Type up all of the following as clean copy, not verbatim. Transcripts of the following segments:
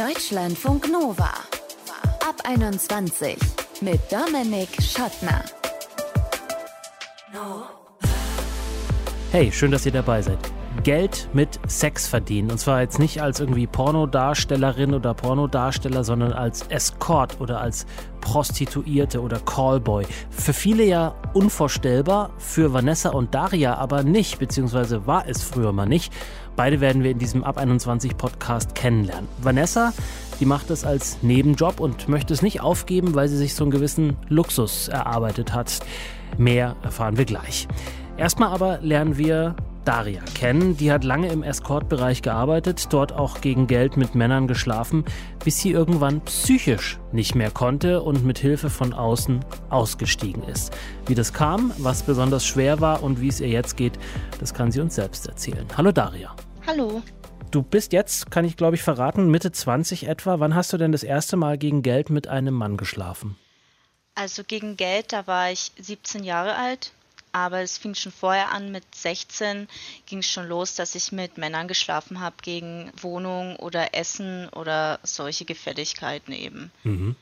Deutschlandfunk Nova. Ab 21 mit Dominik Schottner. Hey, schön, dass ihr dabei seid. Geld mit Sex verdienen. Und zwar jetzt nicht als irgendwie Pornodarstellerin oder Pornodarsteller, sondern als Escort oder als Prostituierte oder Callboy. Für viele ja unvorstellbar, für Vanessa und Daria aber nicht, beziehungsweise war es früher mal nicht. Beide werden wir in diesem Ab 21 Podcast kennenlernen. Vanessa, die macht es als Nebenjob und möchte es nicht aufgeben, weil sie sich so einen gewissen Luxus erarbeitet hat. Mehr erfahren wir gleich. Erstmal aber lernen wir Daria kennen. Die hat lange im Escort-Bereich gearbeitet, dort auch gegen Geld mit Männern geschlafen, bis sie irgendwann psychisch nicht mehr konnte und mit Hilfe von außen ausgestiegen ist. Wie das kam, was besonders schwer war und wie es ihr jetzt geht, das kann sie uns selbst erzählen. Hallo Daria. Hallo. Du bist jetzt, kann ich glaube ich verraten, Mitte 20 etwa. Wann hast du denn das erste Mal gegen Geld mit einem Mann geschlafen? Also gegen Geld, da war ich 17 Jahre alt. Aber es fing schon vorher an, mit 16 ging es schon los, dass ich mit Männern geschlafen habe gegen Wohnung oder Essen oder solche Gefälligkeiten eben. Mhm.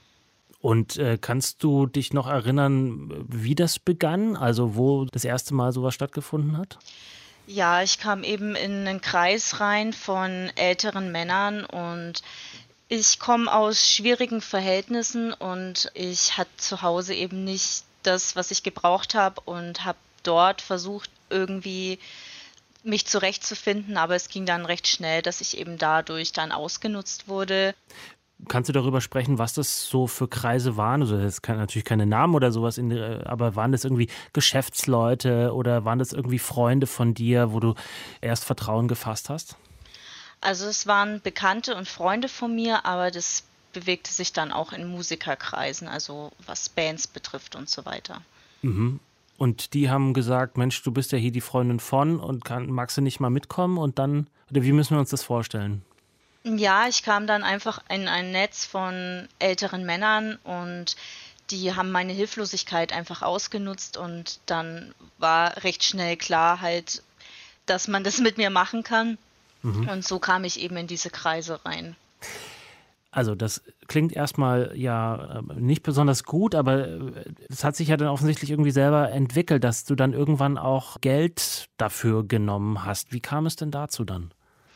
Und kannst du dich noch erinnern, wie das begann? Also wo das erste Mal sowas stattgefunden hat? Ja, ich kam eben in einen Kreis rein von älteren Männern und ich komme aus schwierigen Verhältnissen und ich hatte zu Hause eben nicht das, was ich gebraucht habe und habe dort versucht, irgendwie mich zurechtzufinden, aber es ging dann recht schnell, dass ich eben dadurch dann ausgenutzt wurde. Kannst du darüber sprechen, was das so für Kreise waren? Also das kann natürlich keine Namen oder sowas, aber waren das irgendwie Geschäftsleute oder waren das irgendwie Freunde von dir, wo du erst Vertrauen gefasst hast? Also es waren Bekannte und Freunde von mir, aber das bewegte sich dann auch in Musikerkreisen, also was Bands betrifft und so weiter. Mhm. Und die haben gesagt, Mensch, du bist ja hier die Freundin von und magst du nicht mal mitkommen? Und dann, oder wie müssen wir uns das vorstellen? Ja, ich kam dann einfach in ein Netz von älteren Männern und die haben meine Hilflosigkeit einfach ausgenutzt und dann war recht schnell klar halt, dass man das mit mir machen kann. Mhm. Und so kam ich eben in diese Kreise rein. Also das klingt erstmal ja nicht besonders gut, aber es hat sich ja dann offensichtlich irgendwie selber entwickelt, dass du dann irgendwann auch Geld dafür genommen hast. Wie kam es denn dazu dann?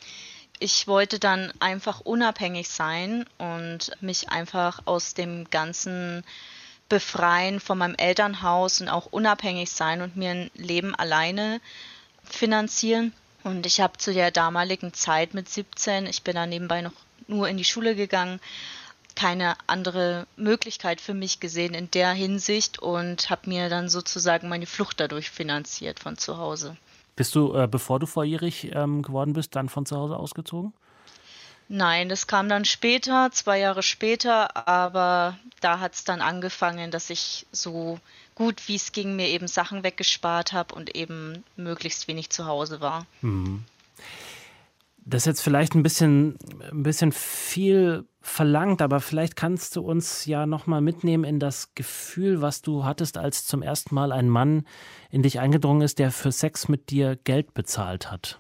Ich wollte dann einfach unabhängig sein und mich einfach aus dem Ganzen befreien von meinem Elternhaus und auch unabhängig sein und mir ein Leben alleine finanzieren. Und ich habe zu der damaligen Zeit mit 17, ich bin dann nebenbei noch nur in die Schule gegangen, keine andere Möglichkeit für mich gesehen in der Hinsicht und habe mir dann sozusagen meine Flucht dadurch finanziert von zu Hause. Bist du, bevor du volljährig geworden bist, dann von zu Hause ausgezogen? Nein, das kam dann später, 2 Jahre später, aber da hat es dann angefangen, dass ich so gut wie es ging mir eben Sachen weggespart habe und eben möglichst wenig zu Hause war. Mhm. Das ist jetzt vielleicht ein bisschen viel verlangt, aber vielleicht kannst du uns ja nochmal mitnehmen in das Gefühl, was du hattest, als zum ersten Mal ein Mann in dich eingedrungen ist, der für Sex mit dir Geld bezahlt hat.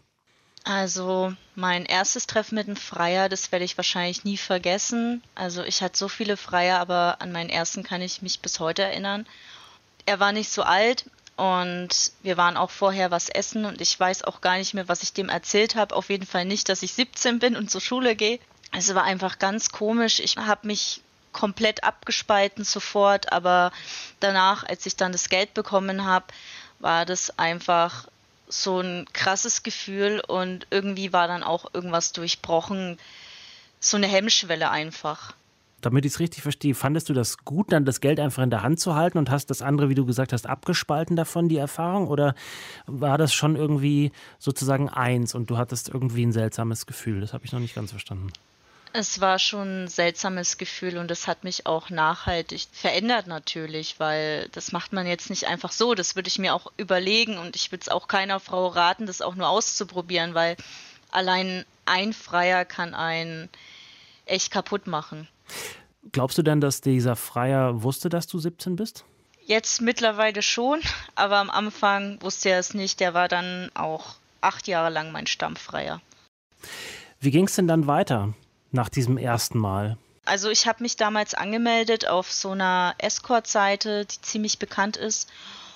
Also mein erstes Treffen mit einem Freier, das werde ich wahrscheinlich nie vergessen. Also ich hatte so viele Freier, aber an meinen ersten kann ich mich bis heute erinnern. Er war nicht so alt. Und wir waren auch vorher was essen und ich weiß auch gar nicht mehr, was ich dem erzählt habe. Auf jeden Fall nicht, dass ich 17 bin und zur Schule gehe. Es war einfach ganz komisch. Ich habe mich komplett abgespalten sofort, aber danach, als ich dann das Geld bekommen habe, war das einfach so ein krasses Gefühl und irgendwie war dann auch irgendwas durchbrochen. So eine Hemmschwelle einfach. Damit ich es richtig verstehe, fandest du das gut, dann das Geld einfach in der Hand zu halten und hast das andere, wie du gesagt hast, abgespalten davon, die Erfahrung? Oder war das schon irgendwie sozusagen eins und du hattest irgendwie ein seltsames Gefühl? Das habe ich noch nicht ganz verstanden. Es war schon ein seltsames Gefühl und das hat mich auch nachhaltig verändert natürlich, weil das macht man jetzt nicht einfach so. Das würde ich mir auch überlegen und ich würde es auch keiner Frau raten, das auch nur auszuprobieren, weil allein ein Freier kann einen echt kaputt machen. Glaubst du denn, dass dieser Freier wusste, dass du 17 bist? Jetzt mittlerweile schon, aber am Anfang wusste er es nicht. Der war dann auch 8 Jahre lang mein Stammfreier. Wie ging es denn dann weiter? nach diesem ersten Mal? Also ich habe mich damals angemeldet auf so einer Escort-Seite, die ziemlich bekannt ist,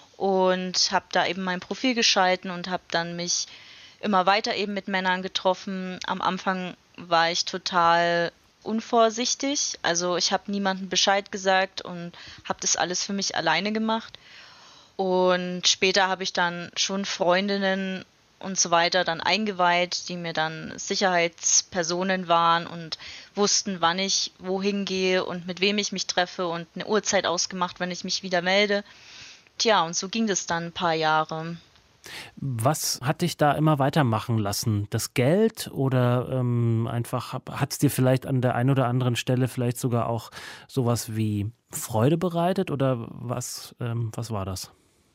und habe da eben mein Profil geschalten und habe dann mich immer weiter eben mit Männern getroffen. Am Anfang war ich total unvorsichtig, also ich habe niemandem Bescheid gesagt und habe das alles für mich alleine gemacht. Und später habe ich dann schon Freundinnen und so weiter dann eingeweiht, die mir dann Sicherheitspersonen waren und wussten, wann ich wohin gehe und mit wem ich mich treffe und eine Uhrzeit ausgemacht, wenn ich mich wieder melde. Tja, und so ging das dann ein paar Jahre. Was hat dich da immer weitermachen lassen? Das Geld oder einfach hat es dir vielleicht an der einen oder anderen Stelle vielleicht sogar auch sowas wie Freude bereitet oder was war das?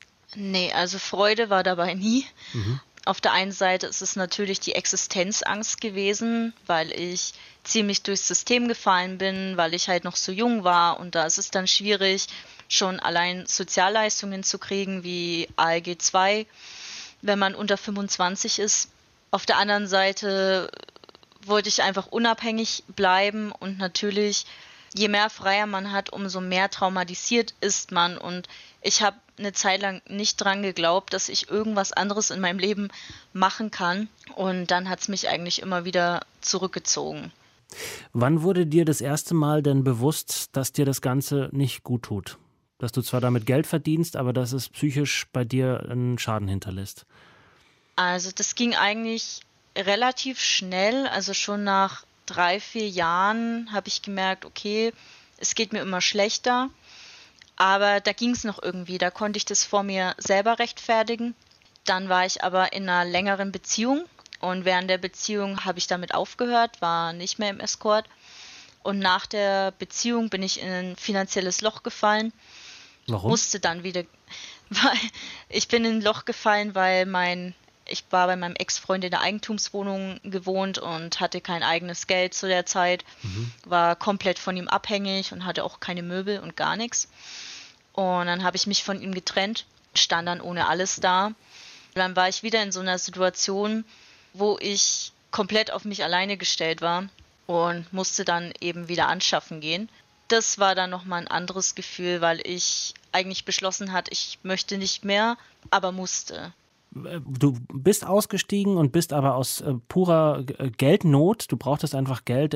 Nee, also Freude war dabei nie. Mhm. Auf der einen Seite ist es natürlich die Existenzangst gewesen, weil ich ziemlich durchs System gefallen bin, weil ich halt noch so jung war und da ist es dann schwierig, schon allein Sozialleistungen zu kriegen wie ALG II, wenn man unter 25 ist. Auf der anderen Seite wollte ich einfach unabhängig bleiben und natürlich, je mehr Freier man hat, umso mehr traumatisiert ist man und ich habe eine Zeit lang nicht dran geglaubt, dass ich irgendwas anderes in meinem Leben machen kann und dann hat es mich eigentlich immer wieder zurückgezogen. Wann wurde dir das erste Mal denn bewusst, dass dir das Ganze nicht gut tut? Dass du zwar damit Geld verdienst, aber dass es psychisch bei dir einen Schaden hinterlässt? Also das ging eigentlich relativ schnell, also schon nach 3, 4 Jahren habe ich gemerkt, okay, es geht mir immer schlechter, aber da ging es noch irgendwie, da konnte ich das vor mir selber rechtfertigen. Dann war ich aber in einer längeren Beziehung und während der Beziehung habe ich damit aufgehört, war nicht mehr im Escort und nach der Beziehung bin ich in ein finanzielles Loch gefallen. Warum? Musste dann wieder, weil ich bin in ein Loch gefallen, weil ich war bei meinem Ex-Freund in der Eigentumswohnung gewohnt und hatte kein eigenes Geld zu der Zeit, war komplett von ihm abhängig und hatte auch keine Möbel und gar nichts. Und dann habe ich mich von ihm getrennt, stand dann ohne alles da. Dann war ich wieder in so einer Situation, wo ich komplett auf mich alleine gestellt war und musste dann eben wieder anschaffen gehen. Das war dann nochmal ein anderes Gefühl, weil ich eigentlich beschlossen hatte, ich möchte nicht mehr, aber musste. Du bist ausgestiegen und bist aber aus purer Geldnot, du brauchtest einfach Geld,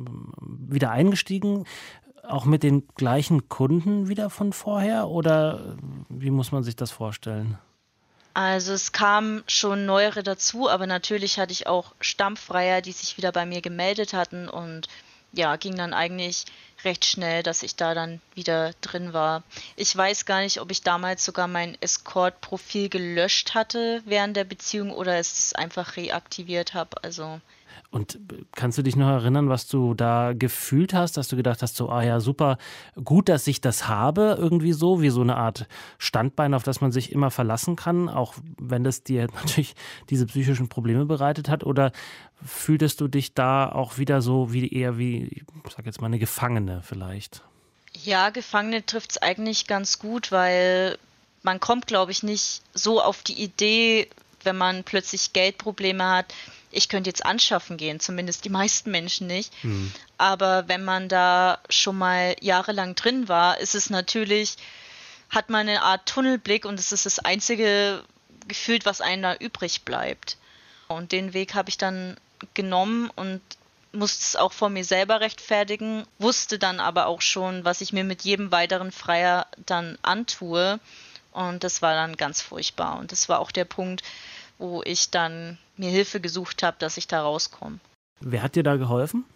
wieder eingestiegen, auch mit den gleichen Kunden wieder von vorher oder wie muss man sich das vorstellen? Also es kamen schon neuere dazu, aber natürlich hatte ich auch Stammfreier, die sich wieder bei mir gemeldet hatten und ja, ging dann eigentlich recht schnell, dass ich da dann wieder drin war. Ich weiß gar nicht, ob ich damals sogar mein Escort-Profil gelöscht hatte während der Beziehung oder es einfach reaktiviert habe. Also Und kannst du dich noch erinnern, was du da gefühlt hast, dass du gedacht hast, so, ah ja, super, gut, dass ich das habe, irgendwie so, wie so eine Art Standbein, auf das man sich immer verlassen kann, auch wenn das dir natürlich diese psychischen Probleme bereitet hat, oder fühltest du dich da auch wieder so eher wie, ich sag jetzt mal, eine Gefangene vielleicht? ja, Gefangene trifft es eigentlich ganz gut, weil man kommt, glaube ich, nicht so auf die Idee, wenn man plötzlich Geldprobleme hat, ich könnte jetzt anschaffen gehen, zumindest die meisten Menschen nicht. Aber wenn man da schon mal jahrelang drin war, ist es natürlich, hat man eine Art Tunnelblick und es ist das einzige Gefühl, was einem da übrig bleibt. Und den Weg habe ich dann genommen und musste es auch vor mir selber rechtfertigen, wusste dann aber auch schon, was ich mir mit jedem weiteren Freier dann antue. Und das war dann ganz furchtbar. Und das war auch der Punkt, wo ich dann mir Hilfe gesucht habe, dass ich da rauskomme. Wer hat dir da geholfen?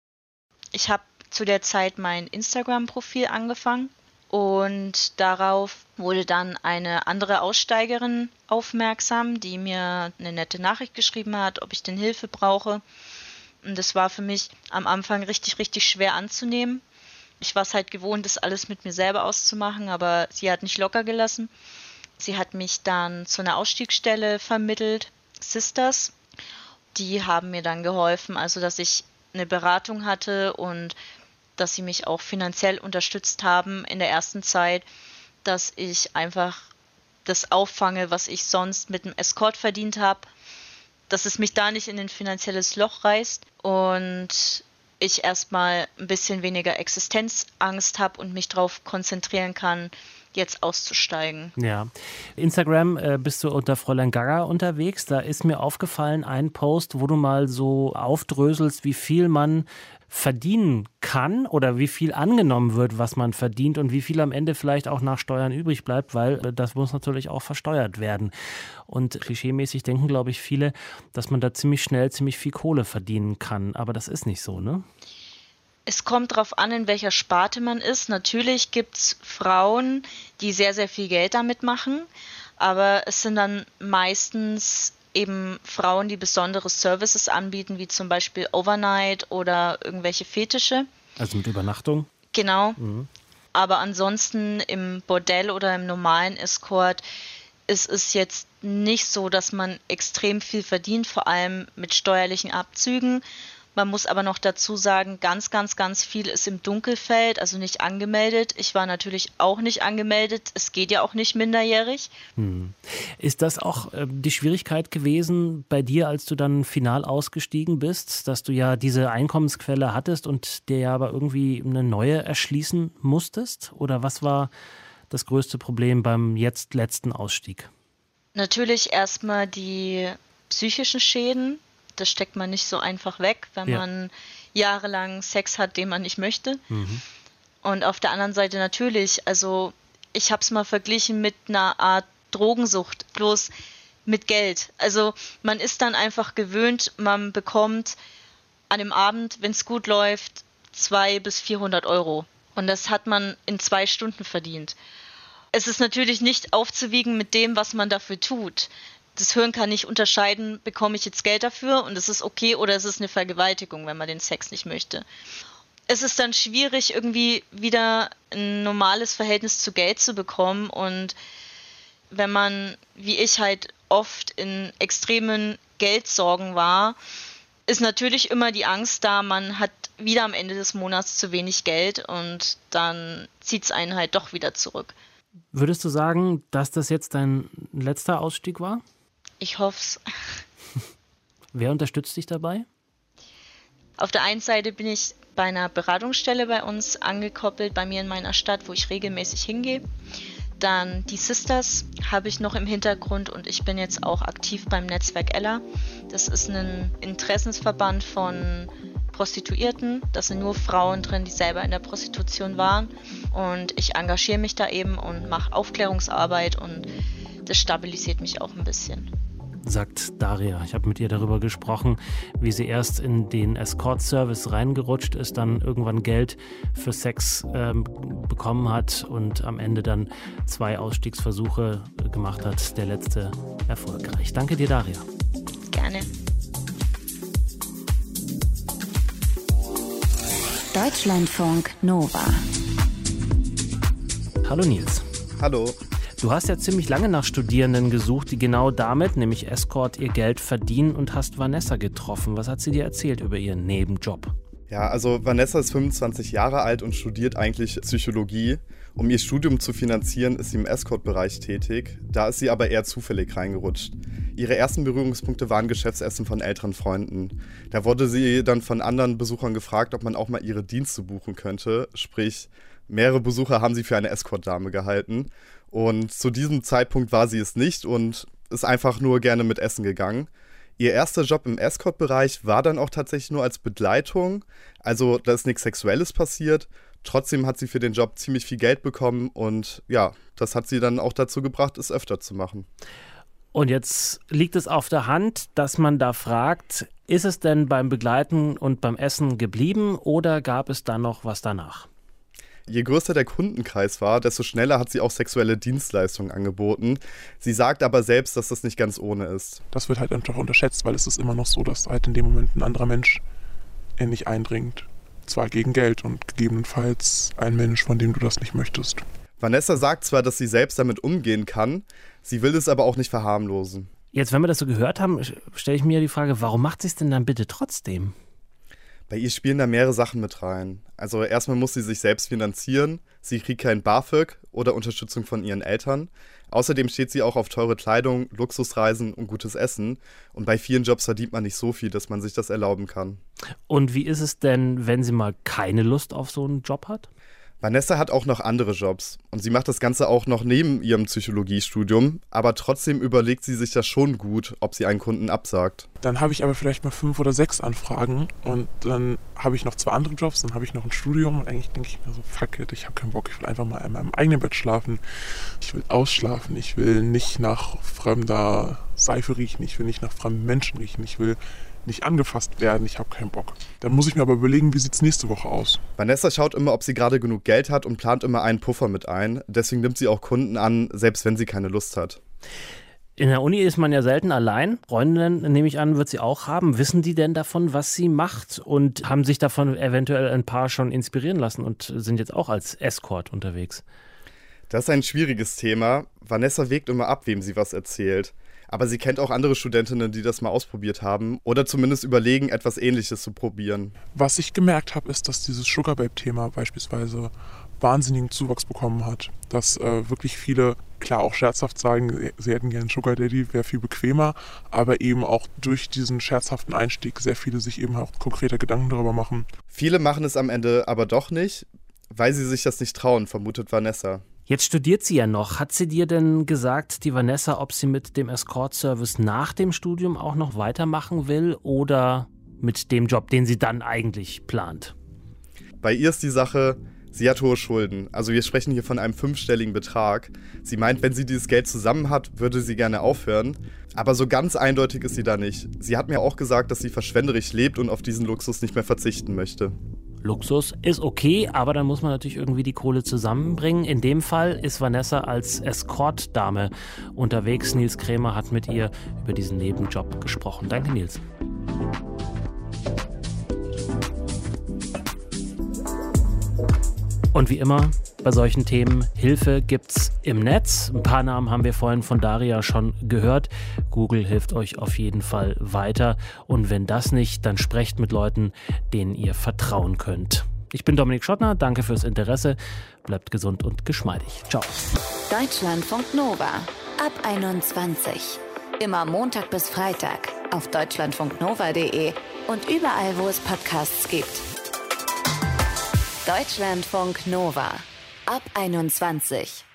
Ich habe zu der Zeit mein Instagram-Profil angefangen und darauf wurde dann eine andere Aussteigerin aufmerksam, die mir eine nette Nachricht geschrieben hat, ob ich denn Hilfe brauche. Und das war für mich am Anfang richtig, richtig schwer anzunehmen. Ich war es halt gewohnt, das alles mit mir selber auszumachen, aber sie hat nicht locker gelassen. Sie hat mich dann zu einer Ausstiegsstelle vermittelt, Sisters. Die haben mir dann geholfen, also dass ich eine Beratung hatte und dass sie mich auch finanziell unterstützt haben in der ersten Zeit, dass ich einfach das auffange, was ich sonst mit dem Escort verdient habe, dass es mich da nicht in ein finanzielles Loch reißt. Und ich erstmal ein bisschen weniger Existenzangst habe und mich darauf konzentrieren kann, jetzt auszusteigen. Ja, Instagram bist du unter Fräulein Gaga unterwegs. Da ist mir aufgefallen, ein Post, wo du mal so aufdröselst, wie viel man verdienen kann oder wie viel angenommen wird, was man verdient und wie viel am Ende vielleicht auch nach Steuern übrig bleibt, weil das muss natürlich auch versteuert werden. Und klischeemäßig denken, glaube ich, viele, dass man da ziemlich schnell ziemlich viel Kohle verdienen kann. Aber das ist nicht so, ne? Es kommt darauf an, in welcher Sparte man ist. Natürlich gibt es Frauen, die sehr, sehr viel Geld damit machen, aber es sind dann meistens eben Frauen, die besondere Services anbieten, wie zum Beispiel Overnight oder irgendwelche Fetische. Also mit Übernachtung? Genau. Aber ansonsten im Bordell oder im normalen Escort ist es jetzt nicht so, dass man extrem viel verdient, vor allem mit steuerlichen Abzügen. Man muss aber noch dazu sagen, ganz, ganz, ganz viel ist im Dunkelfeld, also nicht angemeldet. Ich war natürlich auch nicht angemeldet. Es geht ja auch nicht minderjährig. Ist das auch die Schwierigkeit gewesen bei dir, als du dann final ausgestiegen bist, dass du ja diese Einkommensquelle hattest und dir ja aber irgendwie eine neue erschließen musstest? Oder was war das größte Problem beim jetzt letzten Ausstieg? Natürlich erstmal die psychischen Schäden. Das steckt man nicht so einfach weg, wenn man jahrelang Sex hat, den man nicht möchte. Und auf der anderen Seite natürlich, also ich habe es mal verglichen mit einer Art Drogensucht, bloß mit Geld. Also man ist dann einfach gewöhnt, man bekommt an dem Abend, wenn es gut läuft, 200 bis 400 Euro. Und das hat man in 2 Stunden verdient. Es ist natürlich nicht aufzuwiegen mit dem, was man dafür tut. Das Hirn kann nicht unterscheiden, bekomme ich jetzt Geld dafür und es ist okay oder es ist eine Vergewaltigung, wenn man den Sex nicht möchte. Es ist dann schwierig, irgendwie wieder ein normales Verhältnis zu Geld zu bekommen und wenn man, wie ich halt oft in extremen Geldsorgen war, ist natürlich immer die Angst da, man hat wieder am Ende des Monats zu wenig Geld und dann zieht es einen halt doch wieder zurück. Würdest du sagen, dass das jetzt dein letzter Ausstieg war? Ich hoffe es. Wer unterstützt dich dabei? Auf der einen Seite bin ich bei einer Beratungsstelle bei uns angekoppelt, bei mir in meiner Stadt, wo ich regelmäßig hingehe. Dann die Sisters habe ich noch im Hintergrund und ich bin jetzt auch aktiv beim Netzwerk Ella. Das ist ein Interessensverband von Prostituierten. Da sind nur Frauen drin, die selber in der Prostitution waren. Und ich engagiere mich da eben und mache Aufklärungsarbeit und das stabilisiert mich auch ein bisschen. Sagt Daria. Ich habe mit ihr darüber gesprochen, wie sie erst in den Escort-Service reingerutscht ist, dann irgendwann Geld für Sex bekommen hat und am Ende dann 2 Ausstiegsversuche gemacht hat. Der letzte erfolgreich. Danke dir, Daria. Gerne. Deutschlandfunk Nova. Hallo Nils. Hallo. Du hast ja ziemlich lange nach Studierenden gesucht, die genau damit, nämlich Escort, ihr Geld verdienen und hast Vanessa getroffen. Was hat sie dir erzählt über ihren Nebenjob? Ja, also Vanessa ist 25 Jahre alt und studiert eigentlich Psychologie. Um ihr Studium zu finanzieren, ist sie im Escort-Bereich tätig. Da ist sie aber eher zufällig reingerutscht. Ihre ersten Berührungspunkte waren Geschäftsessen von älteren Freunden. Da wurde sie dann von anderen Besuchern gefragt, ob man auch mal ihre Dienste buchen könnte. Sprich, mehrere Besucher haben sie für eine Escort-Dame gehalten. Und zu diesem Zeitpunkt war sie es nicht und ist einfach nur gerne mit essen gegangen. Ihr erster Job im Escort-Bereich war dann auch tatsächlich nur als Begleitung. Also da ist nichts Sexuelles passiert. Trotzdem hat sie für den Job ziemlich viel Geld bekommen und ja, das hat sie dann auch dazu gebracht, es öfter zu machen. Und jetzt liegt es auf der Hand, dass man da fragt, ist es denn beim Begleiten und beim Essen geblieben oder gab es dann noch was danach? Je größer der Kundenkreis war, desto schneller hat sie auch sexuelle Dienstleistungen angeboten. Sie sagt aber selbst, dass das nicht ganz ohne ist. Das wird halt einfach unterschätzt, weil es ist immer noch so, dass halt in dem Moment ein anderer Mensch in dich eindringt. Zwar gegen Geld und gegebenenfalls ein Mensch, von dem du das nicht möchtest. Vanessa sagt zwar, dass sie selbst damit umgehen kann, sie will es aber auch nicht verharmlosen. Jetzt, wenn wir das so gehört haben, stelle ich mir die Frage, warum macht sie es denn dann bitte trotzdem? Bei ihr spielen da mehrere Sachen mit rein. Also erstmal muss sie sich selbst finanzieren. Sie kriegt kein BAföG oder Unterstützung von ihren Eltern. Außerdem steht sie auch auf teure Kleidung, Luxusreisen und gutes Essen. Und bei vielen Jobs verdient man nicht so viel, dass man sich das erlauben kann. Und wie ist es denn, wenn sie mal keine Lust auf so einen Job hat? Vanessa hat auch noch andere Jobs und sie macht das Ganze auch noch neben ihrem Psychologiestudium, aber trotzdem überlegt sie sich das schon gut, ob sie einen Kunden absagt. Dann habe ich aber vielleicht mal 5 oder 6 Anfragen und dann habe ich noch 2 andere Jobs, dann habe ich noch ein Studium und eigentlich denke ich mir so, fuck it, ich habe keinen Bock, ich will einfach mal in meinem eigenen Bett schlafen, ich will ausschlafen, ich will nicht nach fremder Seife riechen, ich will nicht nach fremden Menschen riechen, ich will nicht angefasst werden, ich habe keinen Bock. Dann muss ich mir aber überlegen, wie sieht es nächste Woche aus. Vanessa schaut immer, ob sie gerade genug Geld hat und plant immer einen Puffer mit ein. Deswegen nimmt sie auch Kunden an, selbst wenn sie keine Lust hat. In der Uni ist man ja selten allein. Freundinnen, nehme ich an, wird sie auch haben. Wissen die denn davon, was sie macht? Und haben sich davon eventuell ein paar schon inspirieren lassen und sind jetzt auch als Escort unterwegs? Das ist ein schwieriges Thema. Vanessa wägt immer ab, wem sie was erzählt. Aber sie kennt auch andere Studentinnen, die das mal ausprobiert haben oder zumindest überlegen, etwas Ähnliches zu probieren. Was ich gemerkt habe, ist, dass dieses Sugar Babe-Thema beispielsweise wahnsinnigen Zuwachs bekommen hat. Dass wirklich viele, klar auch scherzhaft sagen, sie hätten gerne einen Sugar Daddy, wäre viel bequemer, aber eben auch durch diesen scherzhaften Einstieg sehr viele sich eben auch konkreter Gedanken darüber machen. Viele machen es am Ende aber doch nicht, weil sie sich das nicht trauen, vermutet Vanessa. Jetzt studiert sie ja noch. Hat sie dir denn gesagt, die Vanessa, ob sie mit dem Escort-Service nach dem Studium auch noch weitermachen will oder mit dem Job, den sie dann eigentlich plant? Bei ihr ist die Sache, sie hat hohe Schulden. Also wir sprechen hier von einem 5-stelligen Betrag. Sie meint, wenn sie dieses Geld zusammen hat, würde sie gerne aufhören. Aber so ganz eindeutig ist sie da nicht. Sie hat mir auch gesagt, dass sie verschwenderisch lebt und auf diesen Luxus nicht mehr verzichten möchte. Luxus ist okay, aber dann muss man natürlich irgendwie die Kohle zusammenbringen. In dem Fall ist Vanessa als Escort-Dame unterwegs. Nils Krämer hat mit ihr über diesen Nebenjob gesprochen. Danke, Nils. Und wie immer bei solchen Themen, Hilfe gibt's im Netz. Ein paar Namen haben wir vorhin von Daria schon gehört. Google hilft euch auf jeden Fall weiter. Und wenn das nicht, dann sprecht mit Leuten, denen ihr vertrauen könnt. Ich bin Dominik Schottner, danke fürs Interesse. Bleibt gesund und geschmeidig. Ciao. Deutschlandfunk Nova ab 21. Immer Montag bis Freitag auf deutschlandfunknova.de und überall, wo es Podcasts gibt. Deutschlandfunk Nova ab 21.